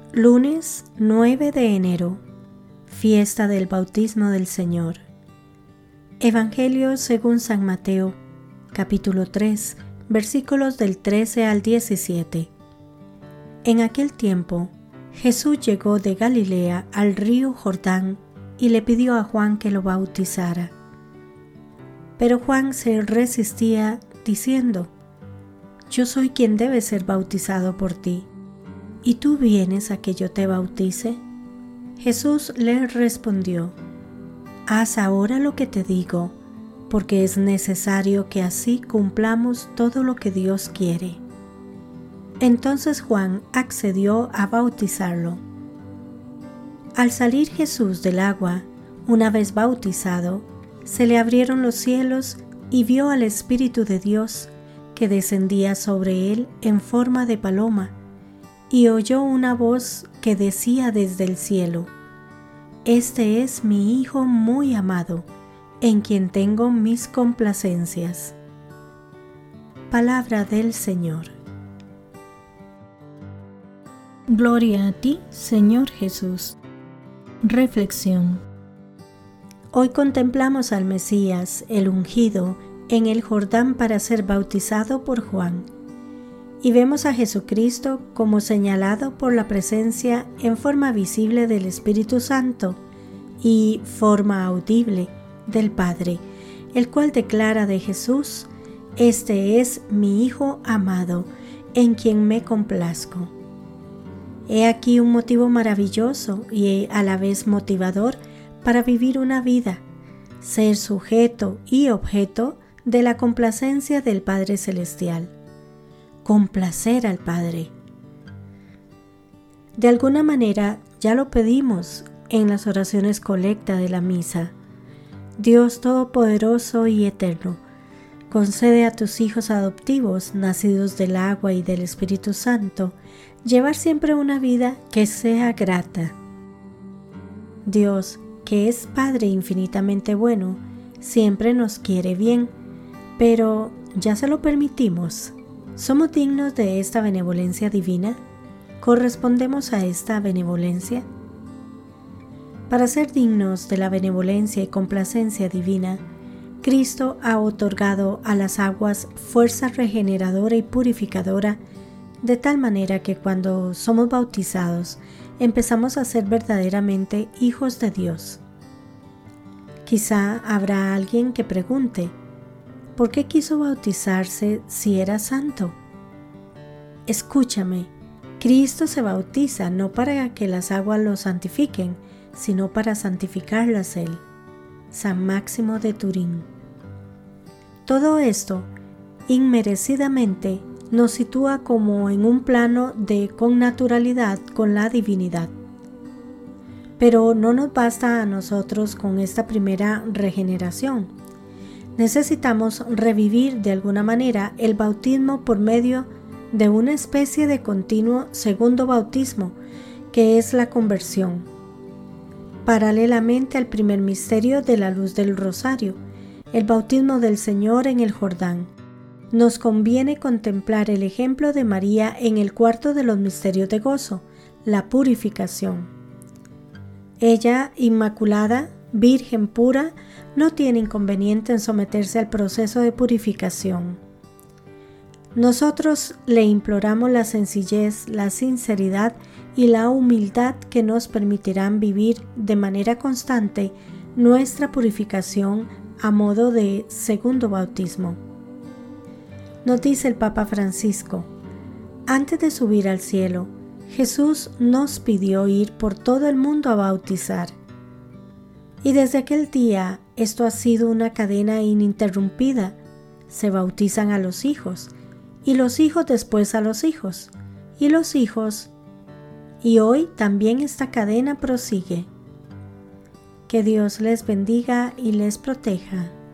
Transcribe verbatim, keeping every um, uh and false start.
Lunes nueve de enero, fiesta del bautismo del Señor. Evangelio según San Mateo, capítulo tres, versículos del trece al diecisiete. En aquel tiempo, Jesús llegó de Galilea al río Jordán y le pidió a Juan que lo bautizara. Pero Juan se resistía diciendo: Yo soy quien debe ser bautizado por ti, ¿y tú vienes a que yo te bautice? Jesús le respondió: Haz ahora lo que te digo, porque es necesario que así cumplamos todo lo que Dios quiere. Entonces Juan accedió a bautizarlo. Al salir Jesús del agua, una vez bautizado, se le abrieron los cielos y vio al Espíritu de Dios que descendía sobre él en forma de paloma, y oyó una voz que decía desde el cielo: Este es mi Hijo muy amado, en quien tengo mis complacencias. Palabra del Señor. Gloria a ti, Señor Jesús. Reflexión. Hoy contemplamos al Mesías, el ungido, en el Jordán para ser bautizado por Juan. Y vemos a Jesucristo como señalado por la presencia en forma visible del Espíritu Santo y forma audible del Padre, el cual declara de Jesús: Este es mi Hijo amado, en quien me complazco. He aquí un motivo maravilloso y a la vez motivador para vivir una vida, ser sujeto y objeto de la complacencia del Padre Celestial. Complacer al Padre. De alguna manera ya lo pedimos en las oraciones colecta de la misa. Dios Todopoderoso y Eterno, concede a tus hijos adoptivos, nacidos del agua y del Espíritu Santo, llevar siempre una vida que sea grata. Dios, que es Padre infinitamente bueno, siempre nos quiere bien, pero ¿ya se lo permitimos? ¿Somos dignos de esta benevolencia divina? ¿Correspondemos a esta benevolencia? Para ser dignos de la benevolencia y complacencia divina, Cristo ha otorgado a las aguas fuerza regeneradora y purificadora, de tal manera que cuando somos bautizados, empezamos a ser verdaderamente hijos de Dios. Quizá habrá alguien que pregunte: ¿por qué quiso bautizarse si era santo? Escúchame, Cristo se bautiza no para que las aguas lo santifiquen, sino para santificarlas Él. San Máximo de Turín. Todo esto, inmerecidamente, nos sitúa como en un plano de connaturalidad con la divinidad. Pero no nos basta a nosotros con esta primera regeneración. Necesitamos revivir de alguna manera el bautismo por medio de una especie de continuo segundo bautismo, que es la conversión. Paralelamente al primer misterio de la luz del rosario, el bautismo del Señor en el Jordán, nos conviene contemplar el ejemplo de María en el cuarto de los misterios de gozo, la purificación. Ella, inmaculada, virgen pura, no tiene inconveniente en someterse al proceso de purificación. Nosotros le imploramos la sencillez, la sinceridad y la humildad que nos permitirán vivir de manera constante nuestra purificación a modo de segundo bautismo. Nos dice el Papa Francisco: antes de subir al cielo, Jesús nos pidió ir por todo el mundo a bautizar. Y desde aquel día esto ha sido una cadena ininterrumpida. Se bautizan a los hijos, y los hijos después a los hijos, y los hijos. Y hoy también esta cadena prosigue. Que Dios les bendiga y les proteja.